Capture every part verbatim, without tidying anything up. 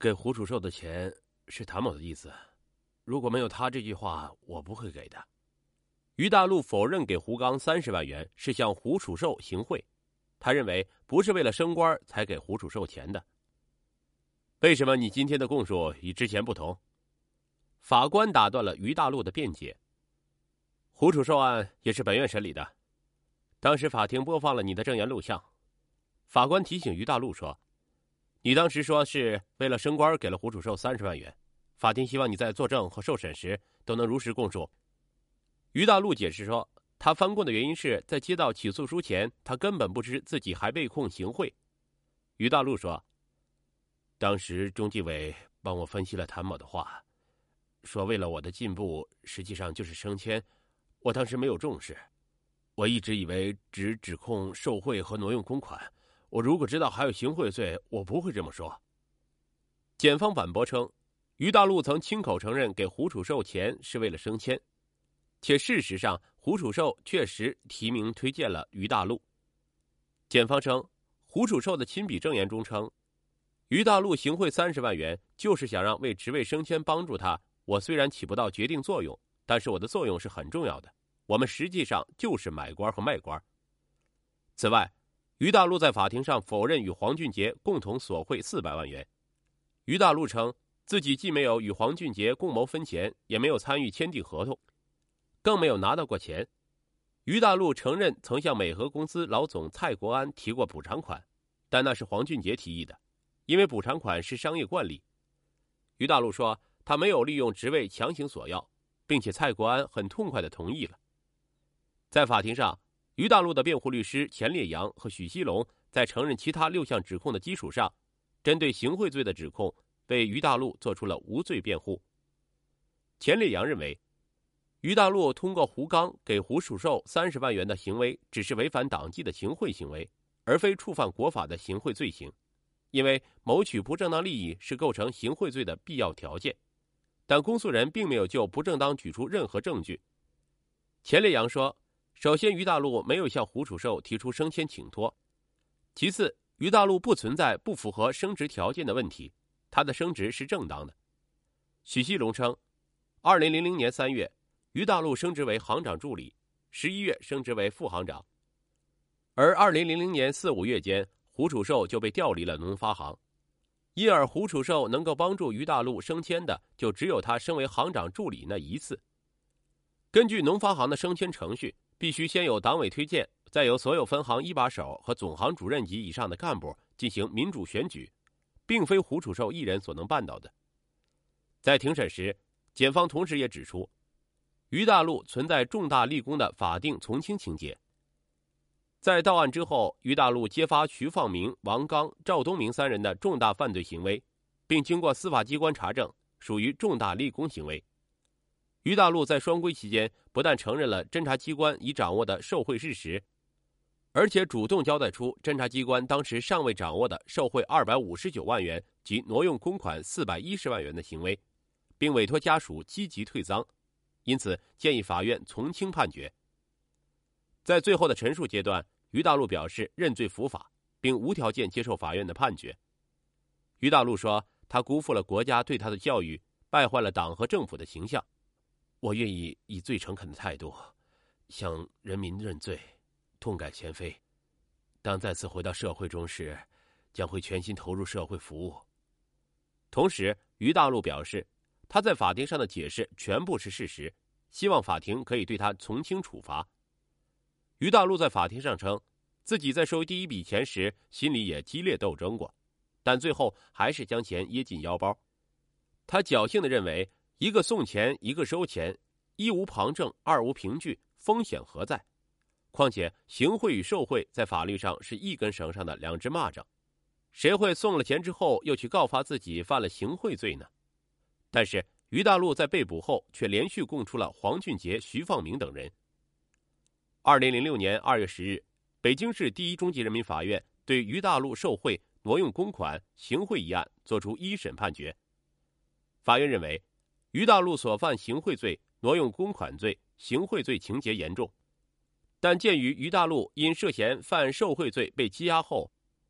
给胡楚寿的钱是谭某的意思，如果没有他这句话，我不会给的。于大陆否认给胡刚三十万元是向胡楚寿行贿，他认为不是为了升官才给胡楚寿钱的。为什么你今天的供述与之前不同？法官打断了于大陆的辩解。胡楚寿案也是本院审理的，当时法庭播放了你的证言录像。法官提醒于大陆说，你当时说是为了升官给了胡楚寿三十万元，法庭希望你在作证和受审时都能如实供述。于大陆解释说，他翻供的原因是在接到起诉书前，他根本不知自己还被控行贿。于大陆说，当时中纪委帮我分析了谭某的话，说为了我的进步，实际上就是升迁，我当时没有重视，我一直以为只指控受贿和挪用公款，我如果知道还有行贿罪，我不会这么说。检方反驳称，于大陆曾亲口承认给胡楚寿钱是为了升迁，且事实上胡楚寿确实提名推荐了于大陆。检方称，胡楚寿的亲笔证言中称，于大陆行贿三十万元就是想让为职位升迁帮助他，我虽然起不到决定作用，但是我的作用是很重要的，我们实际上就是买官和卖官。此外，于大陆在法庭上否认与黄俊杰共同索贿四百万元。于大陆称，自己既没有与黄俊杰共谋分钱，也没有参与签订合同，更没有拿到过钱。于大陆承认曾向美和公司老总蔡国安提过补偿款，但那是黄俊杰提议的，因为补偿款是商业惯例。于大陆说，他没有利用职位强行索要，并且蔡国安很痛快地同意了。在法庭上，于大陆的辩护律师钱烈阳和许西龙在承认其他六项指控的基础上，针对行贿罪的指控为于大陆做出了无罪辩护。钱烈阳认为，于大陆通过胡刚给胡楚寿三十万元的行为只是违反党纪的行贿行为，而非触犯国法的行贿罪行，因为谋取不正当利益是构成行贿罪的必要条件，但公诉人并没有就不正当举出任何证据。钱烈阳说，首先于大陆没有向胡楚寿提出升迁请托，其次于大陆不存在不符合升职条件的问题，他的升职是正当的。许西龙称，二零零零年三月，于大陆升职为行长助理，十一月升职为副行长，而二零零零年四五月间，胡楚寿就被调离了农发行，因而胡楚寿能够帮助于大陆升迁的就只有他升为行长助理那一次。根据农发行的升迁程序，必须先有党委推荐，再由所有分行一把手和总行主任级以上的干部进行民主选举，并非胡楚寿一人所能办到的。在庭审时，检方同时也指出，于大陆存在重大立功的法定从轻情节。在到案之后，于大陆揭发徐放明、王刚、赵东明三人的重大犯罪行为，并经过司法机关查证，属于重大立功行为。于大陆在双规期间，不但承认了侦查机关已掌握的受贿事实，而且主动交代出侦查机关当时尚未掌握的受贿二百五十九万元及挪用公款四百一十万元的行为，并委托家属积极退赃，因此建议法院从轻判决。在最后的陈述阶段，于大陆表示认罪伏法，并无条件接受法院的判决。于大陆说，他辜负了国家对他的教育，败坏了党和政府的形象。我愿意以最诚恳的态度向人民认罪，痛改前非。当再次回到社会中时，将会全心投入社会服务。同时，于大陆表示，他在法庭上的解释全部是事实，希望法庭可以对他从轻处罚。于大陆在法庭上称，自己在收第一笔钱时心里也激烈斗争过，但最后还是将钱掖进腰包。他侥幸地认为，一个送钱，一个收钱，一无旁证，二无凭据，风险何在？况且行贿与受贿在法律上是一根绳上的两只蚂蚱，谁会送了钱之后又去告发自己犯了行贿罪呢？但是于大陆在被捕后却连续供出了黄俊杰、徐放明等人。二零零六年二月十日，北京市第一中级人民法院对于大陆受贿、挪用公款、行贿一案作出一审判决。法院认为，于大陆所犯行贿罪、挪用公款罪、行贿罪情节严重，但鉴于于大陆因涉嫌犯受贿罪被羁押后，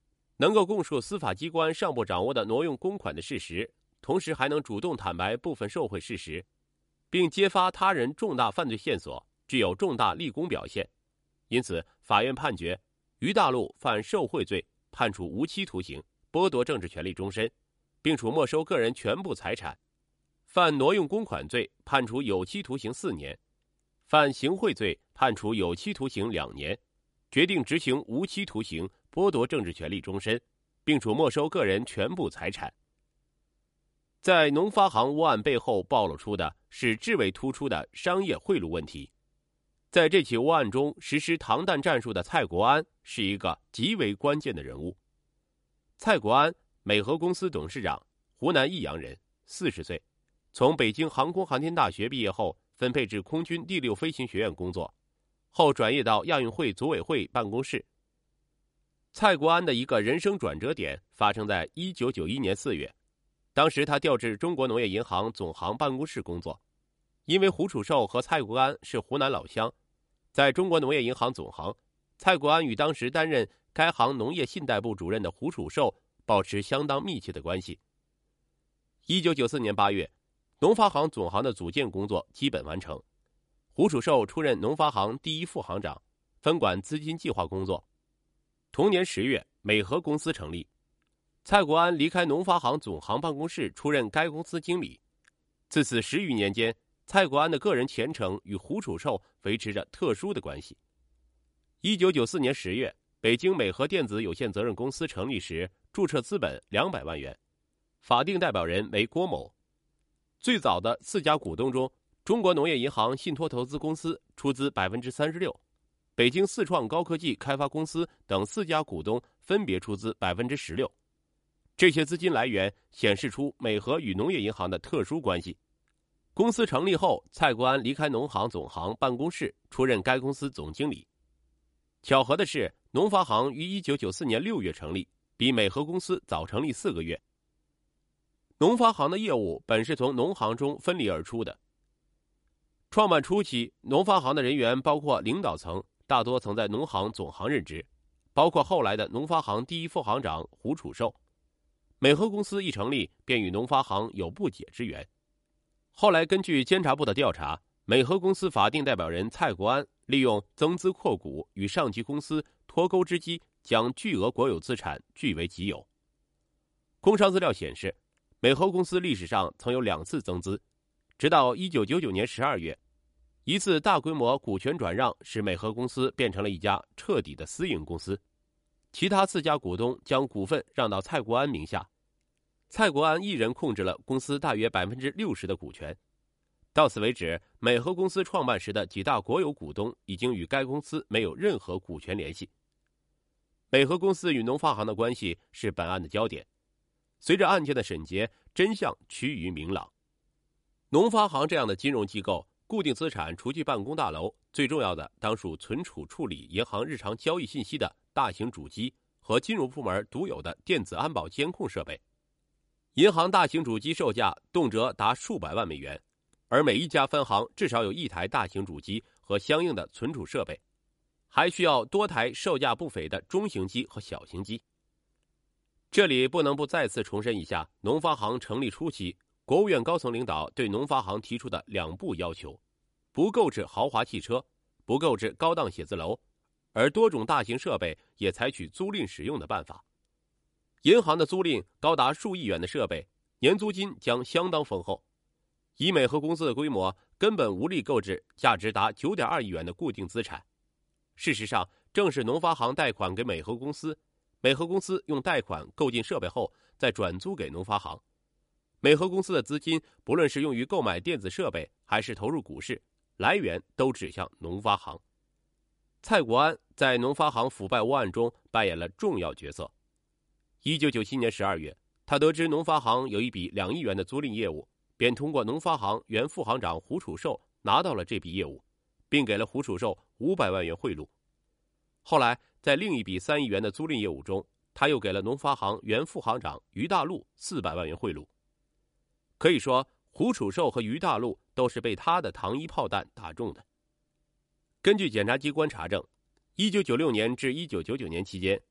能够供述司法机关尚不掌握的挪用公款的事实，同时还能主动坦白部分受贿事实，并揭发他人重大犯罪线索，具有重大立功表现。因此，法院判决于大陆犯受贿罪，判处无期徒刑，剥夺政治权利终身，并处没收个人全部财产；犯挪用公款罪，判处有期徒刑四年；犯行贿罪，判处有期徒刑两年，决定执行无期徒刑，剥夺政治权利终身，并处没收个人全部财产。在农发行窝案背后暴露出的是至为突出的商业贿赂问题。在这起窝案中实施糖弹战术的蔡国安是一个极为关键的人物。蔡国安，美和公司董事长，湖南益阳人，四十岁，从北京航空航天大学毕业后，分配至空军第六飞行学院工作，后转业到亚运会组委会办公室。蔡国安的一个人生转折点发生在一九九一年四月，当时他调至中国农业银行总行办公室工作。因为胡楚寿和蔡国安是湖南老乡，在中国农业银行总行，蔡国安与当时担任该行农业信贷部主任的胡楚寿保持相当密切的关系。一九九四年八月，农发行总行的组建工作基本完成，胡楚寿出任农发行第一副行长，分管资金计划工作。同年十月，美和公司成立，蔡国安离开农发行总行办公室，出任该公司经理。自此十余年间，蔡国安的个人前程与胡楚寿维持着特殊的关系。一九九四年十月，北京美和电子有限责任公司成立时，注册资本两百万元，法定代表人为郭某。最早的四家股东中，中国农业银行信托投资公司出资百分之三十六，北京四创高科技开发公司等四家股东分别出资百分之十六。这些资金来源显示出美和与农业银行的特殊关系。公司成立后，蔡国安离开农行总行办公室，出任该公司总经理。巧合的是，农发行于一九九四年六月成立，比美和公司早成立四个月。农发行的业务本是从农行中分离而出的。创办初期，农发行的人员包括领导层，大多曾在农行总行任职，包括后来的农发行第一副行长胡楚寿。美和公司一成立，便与农发行有不解之缘。后来根据监察部的调查，美和公司法定代表人蔡国安利用增资扩股与上级公司脱钩之机，将巨额国有资产据为己有。工商资料显示，美和公司历史上曾有两次增资，直到一九九九年十二月，一次大规模股权转让使美和公司变成了一家彻底的私营公司，其他四家股东将股份让到蔡国安名下。蔡国安一人控制了公司大约百分之六十的股权。到此为止，美和公司创办时的几大国有股东已经与该公司没有任何股权联系。美和公司与农发行的关系是本案的焦点。随着案件的审结，真相趋于明朗。农发行这样的金融机构，固定资产除去办公大楼，最重要的当属存储处理银行日常交易信息的大型主机和金融部门独有的电子安保监控设备。银行大型主机售价动辄达数百万美元，而每一家分行至少有一台大型主机和相应的存储设备，还需要多台售价不菲的中型机和小型机。这里不能不再次重申一下，农发行成立初期，国务院高层领导对农发行提出的两不要求：不购置豪华汽车，不购置高档写字楼，而多种大型设备也采取租赁使用的办法。银行的租赁高达数亿元的设备，年租金将相当丰厚。以美和公司的规模，根本无力购置价值达 九点二亿元的固定资产。事实上，正是农发行贷款给美和公司，美和公司用贷款购进设备后，再转租给农发行。美和公司的资金，不论是用于购买电子设备，还是投入股市，来源都指向农发行。蔡国安在农发行腐败窝案中扮演了重要角色。一九九七年十二月，他得知农发行有一笔两亿元的租赁业务，便通过农发行原副行长胡楚寿拿到了这笔业务，并给了胡楚寿五百万元贿赂。后来，在另一笔三亿元的租赁业务中，他又给了农发行原副行长于大陆四百万元贿赂。可以说，胡楚寿和于大陆都是被他的糖衣炮弹打中的。根据检察机关查证，一九九六年至一九九九年期间，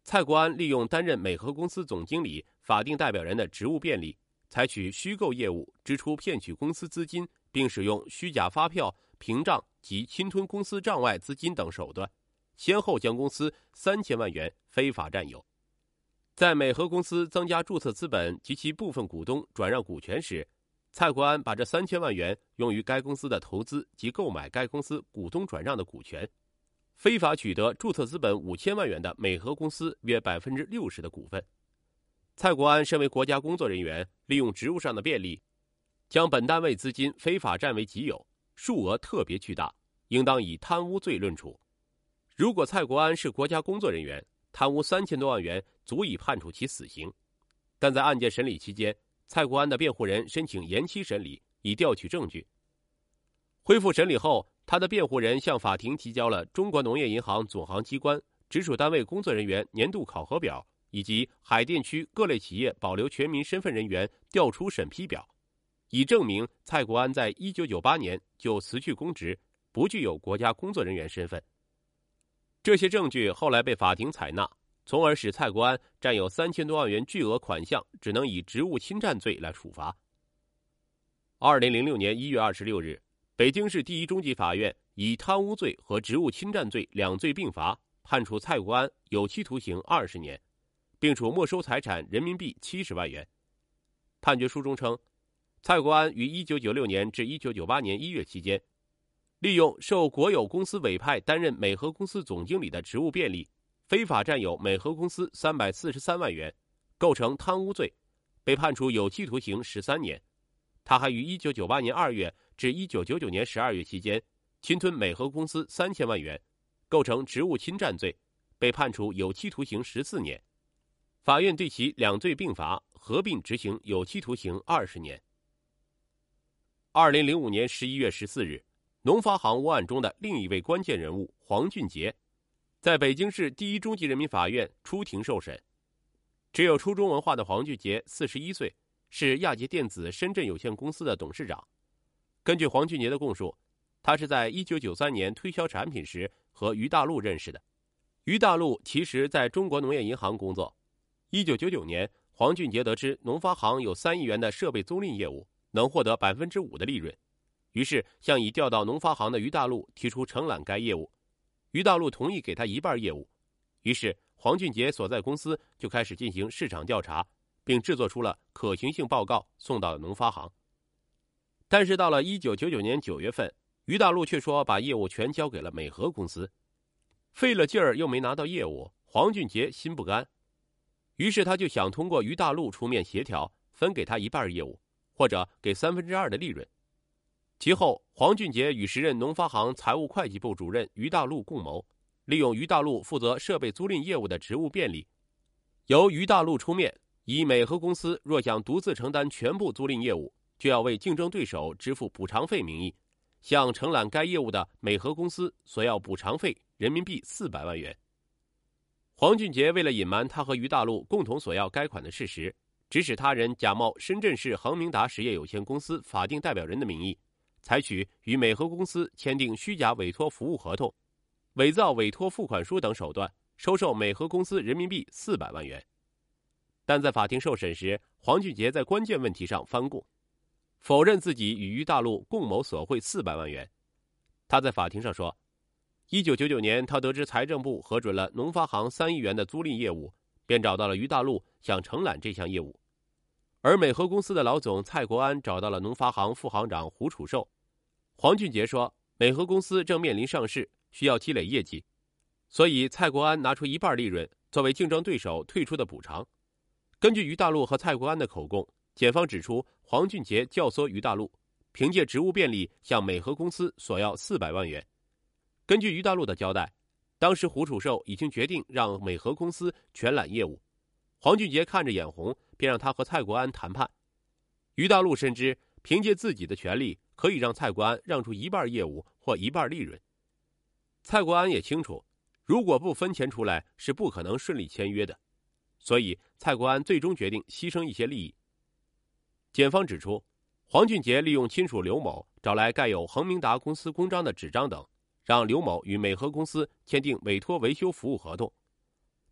蔡国安利用担任美和公司总经理法定代表人的职务便利，采取虚构业务支出骗取公司资金，并使用虚假发票、凭账及侵吞公司账外资金等手段，先后将公司三千万元非法占有。在美和公司增加注册资本及其部分股东转让股权时，蔡国安把这三千万元用于该公司的投资及购买该公司股东转让的股权，非法取得注册资本五千万元的美和公司约百分之六十的股份。蔡国安身为国家工作人员，利用职务上的便利，将本单位资金非法占为己有，数额特别巨大，应当以贪污罪论处。如果蔡国安是国家工作人员，贪污三千多万元足以判处其死刑。但在案件审理期间，蔡国安的辩护人申请延期审理，以调取证据。恢复审理后，他的辩护人向法庭提交了中国农业银行总行机关直属单位工作人员年度考核表以及海淀区各类企业保留全民身份人员调出审批表，以证明蔡国安在一九九八年就辞去公职，不具有国家工作人员身份。这些证据后来被法庭采纳，从而使蔡国安占有三千多万元巨额款项只能以职务侵占罪来处罚。二零零六年一月二十六日，北京市第一中级法院以贪污罪和职务侵占罪两罪并罚，判处蔡国安有期徒刑二十年，并处没收财产人民币七十万元。判决书中称，蔡国安于一九九六年至一九九八年一月期间，利用受国有公司委派担任美和公司总经理的职务便利，非法占有美和公司三百四十三万元，构成贪污罪，被判处有期徒刑十三年。他还于一九九八年二月至一九九九年十二月期间，侵吞美和公司三千万元，构成职务侵占罪，被判处有期徒刑十四年。法院对其两罪并罚，合并执行有期徒刑二十年。二零零五年十一月十四日，农发行窝案中的另一位关键人物黄俊杰，在北京市第一中级人民法院出庭受审。只有初中文化的黄俊杰四十一岁，是亚杰电子深圳有限公司的董事长。根据黄俊杰的供述，他是在一九九三年推销产品时和于大陆认识的。于大陆其实在中国农业银行工作。一九九九年，黄俊杰得知农发行有三亿元的设备租赁业务，能获得百分之五的利润，于是向已调到农发行的于大陆提出承揽该业务。于大陆同意给他一半业务，于是黄俊杰所在公司就开始进行市场调查，并制作出了可行性报告送到了农发行。但是到了一九九九年九月份，于大陆却说把业务全交给了美和公司，费了劲儿又没拿到业务，黄俊杰心不甘，于是他就想通过于大陆出面协调，分给他一半业务，或者给三分之二的利润。其后，黄俊杰与时任农发行财务会计部主任于大陆共谋，利用于大陆负责设备租赁业务的职务便利，由于大陆出面，以美和公司若想独自承担全部租赁业务，就要为竞争对手支付补偿费名义，向承揽该业务的美和公司索要补偿费人民币四百万元。黄俊杰为了隐瞒他和于大陆共同索要该款的事实，指使他人假冒深圳市恒明达实业有限公司法定代表人的名义，采取与美和公司签订虚假委托服务合同、伪造委托付款书等手段，收受美和公司人民币四百万元。但在法庭受审时，黄俊杰在关键问题上翻供，否认自己与于大陆共谋索贿四百万元。他在法庭上说，一九九九年他得知财政部核准了农发行三亿元的租赁业务，便找到了于大陆想承揽这项业务。而美和公司的老总蔡国安找到了农发行副行长胡楚寿。黄俊杰说，美和公司正面临上市，需要积累业绩，所以蔡国安拿出一半利润作为竞争对手退出的补偿。根据于大陆和蔡国安的口供，检方指出黄俊杰教唆于大陆，凭借职务便利向美和公司索要四百万元。根据于大陆的交代，当时胡楚寿已经决定让美和公司全揽业务，黄俊杰看着眼红，便让他和蔡国安谈判。于大陆深知凭借自己的权力可以让蔡国安让出一半业务或一半利润。蔡国安也清楚，如果不分钱出来是不可能顺利签约的，所以蔡国安最终决定牺牲一些利益。检方指出，黄俊杰利用亲属刘某找来盖有恒明达公司公章的纸张等，让刘某与美和公司签订委托维修服务合同。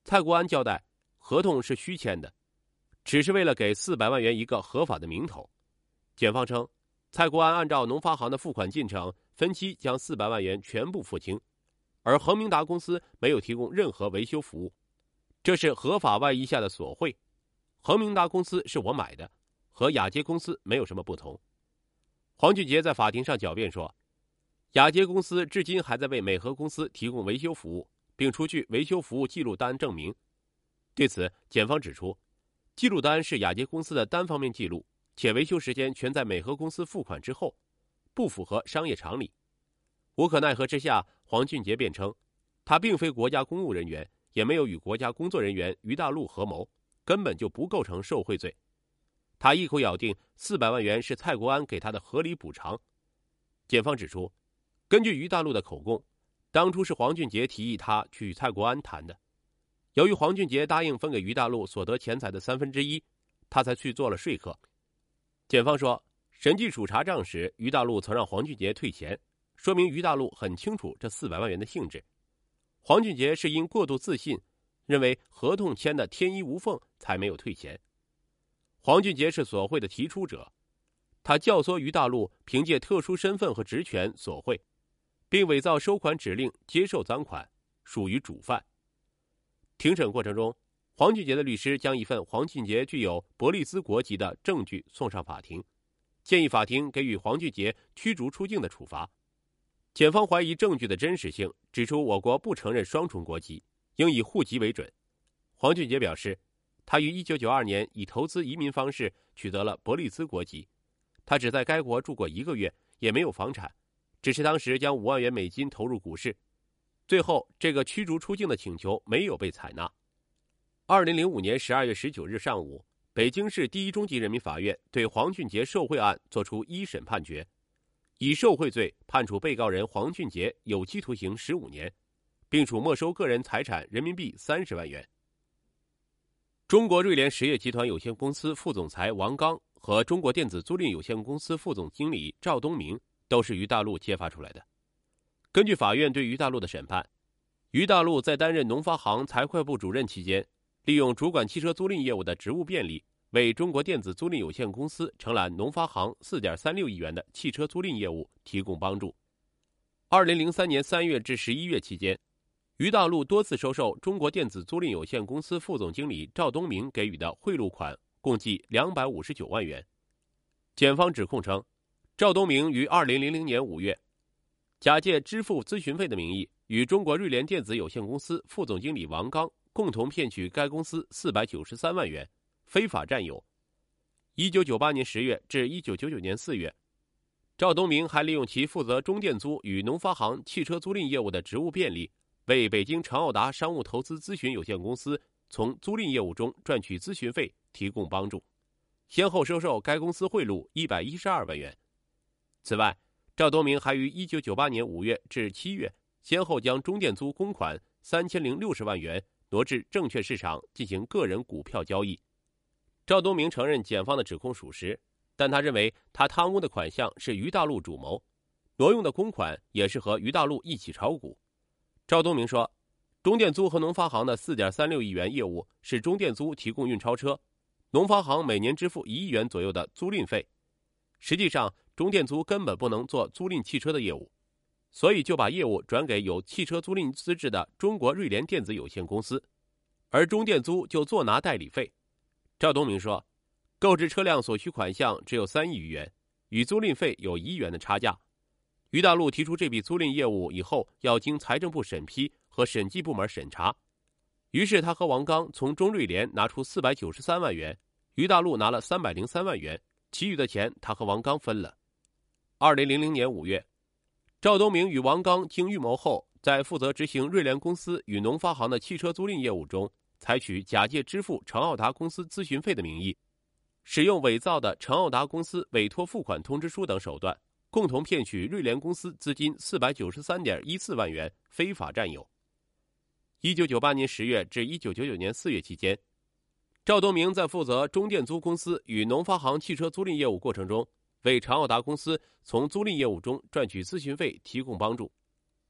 蔡国安交代，合同是虚签的，只是为了给四百万元一个合法的名头。检方称，蔡国安按照农发行的付款进程，分期将四百万元全部付清，而恒明达公司没有提供任何维修服务，这是合法外衣下的索贿。恒明达公司是我买的，和雅洁公司没有什么不同。黄俊杰在法庭上狡辩说，雅洁公司至今还在为美和公司提供维修服务，并出具维修服务记录单证明。对此，检方指出，记录单是雅洁公司的单方面记录，且维修时间全在美和公司付款之后，不符合商业常理。无可奈何之下，黄俊杰辩称，他并非国家公务人员，也没有与国家工作人员于大陆合谋，根本就不构成受贿罪。他一口咬定四百万元是蔡国安给他的合理补偿。检方指出，根据于大陆的口供，当初是黄俊杰提议他去蔡国安谈的。由于黄俊杰答应分给于大陆所得钱财的三分之一，他才去做了说客。检方说，审计署查账时，于大陆曾让黄俊杰退钱，说明于大陆很清楚这四百万元的性质。黄俊杰是因过度自信，认为合同签的天衣无缝，才没有退钱。黄俊杰是索贿的提出者，他教唆于大陆凭借特殊身份和职权索贿，并伪造收款指令接受赃款，属于主犯。庭审过程中，黄俊杰的律师将一份黄俊杰具有伯利兹国籍的证据送上法庭，建议法庭给予黄俊杰驱逐出境的处罚。检方怀疑证据的真实性，指出我国不承认双重国籍，应以户籍为准。黄俊杰表示，他于一九九二年以投资移民方式取得了伯利兹国籍，他只在该国住过一个月，也没有房产，只是当时将五万元美金投入股市。最后，这个驱逐出境的请求没有被采纳。二零零五年十二月十九日上午，北京市第一中级人民法院对黄俊杰受贿案作出一审判决，以受贿罪判处被告人黄俊杰有期徒刑十五年，并处没收个人财产人民币三十万元。中国瑞联实业集团有限公司副总裁王刚和中国电子租赁有限公司副总经理赵东明都是于大陆揭发出来的。根据法院对于大陆的审判，于大陆在担任农发行财会部主任期间，利用主管汽车租赁业务的职务便利，为中国电子租赁有限公司承揽农发行 四点三六亿元的汽车租赁业务提供帮助。二零零三年三月至十一月期间，于大陆多次收受中国电子租赁有限公司副总经理赵东明给予的贿赂款共计两百五十九万元。检方指控称，赵东明于二零零零年五月，假借支付咨询费的名义，与中国瑞联电子有限公司副总经理王刚共同骗取该公司四百九十三万元，非法占有。一九九八年十月至一九九九年四月，赵东明还利用其负责中电租与农发行汽车租赁业务的职务便利，为北京长奥达商务投资咨询有限公司从租赁业务中赚取咨询费提供帮助，先后收受该公司贿赂一百一十二万元。此外，赵东明还于一九九八年五月至七月，先后将中电租公款三千零六十万元挪至证券市场进行个人股票交易。赵东明承认检方的指控属实，但他认为他贪污的款项是于大陆主谋，挪用的公款也是和于大陆一起炒股。赵东明说，中电租和农发行的 四点三六亿元业务是中电租提供运钞车，农发行每年支付一亿元左右的租赁费。实际上，中电租根本不能做租赁汽车的业务，所以就把业务转给有汽车租赁资质的中国瑞联电子有限公司，而中电租就做拿代理费。赵东明说，购置车辆所需款项只有三亿余元，与租赁费有一亿元的差价。于大陆提出这笔租赁业务以后，要经财政部审批和审计部门审查，于是他和王刚从中瑞联拿出四百九十三万元，于大陆拿了三百零三万元，其余的钱他和王刚分了。二零零零年五月，赵东明与王刚经预谋后，在负责执行瑞联公司与农发行的汽车租赁业务中，采取假借支付长奥达公司咨询费的名义，使用伪造的长奥达公司委托付款通知书等手段，共同骗取瑞联公司资金 四百九十三点一四万元，非法占有。一九九八年十月至一九九九年四月期间，赵东明在负责中电租公司与农发行汽车租赁业务过程中，为长奥达公司从租赁业务中赚取咨询费提供帮助。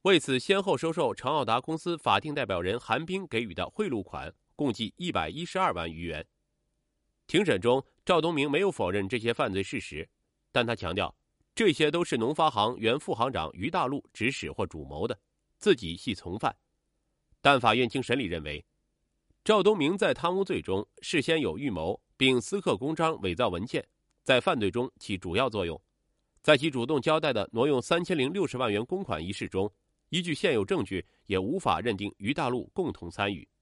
为此先后收受长奥达公司法定代表人韩冰给予的贿赂款共计一百一十二万余元。庭审中，赵东明没有否认这些犯罪事实，但他强调，这些都是农发行原副行长于大陆指使或主谋的，自己系从犯。但法院经审理认为，赵东明在贪污罪中事先有预谋，并私刻公章、伪造文件，在犯罪中起主要作用。在其主动交代的挪用三千零六十万元公款一事中，依据现有证据，也无法认定于大陆共同参与。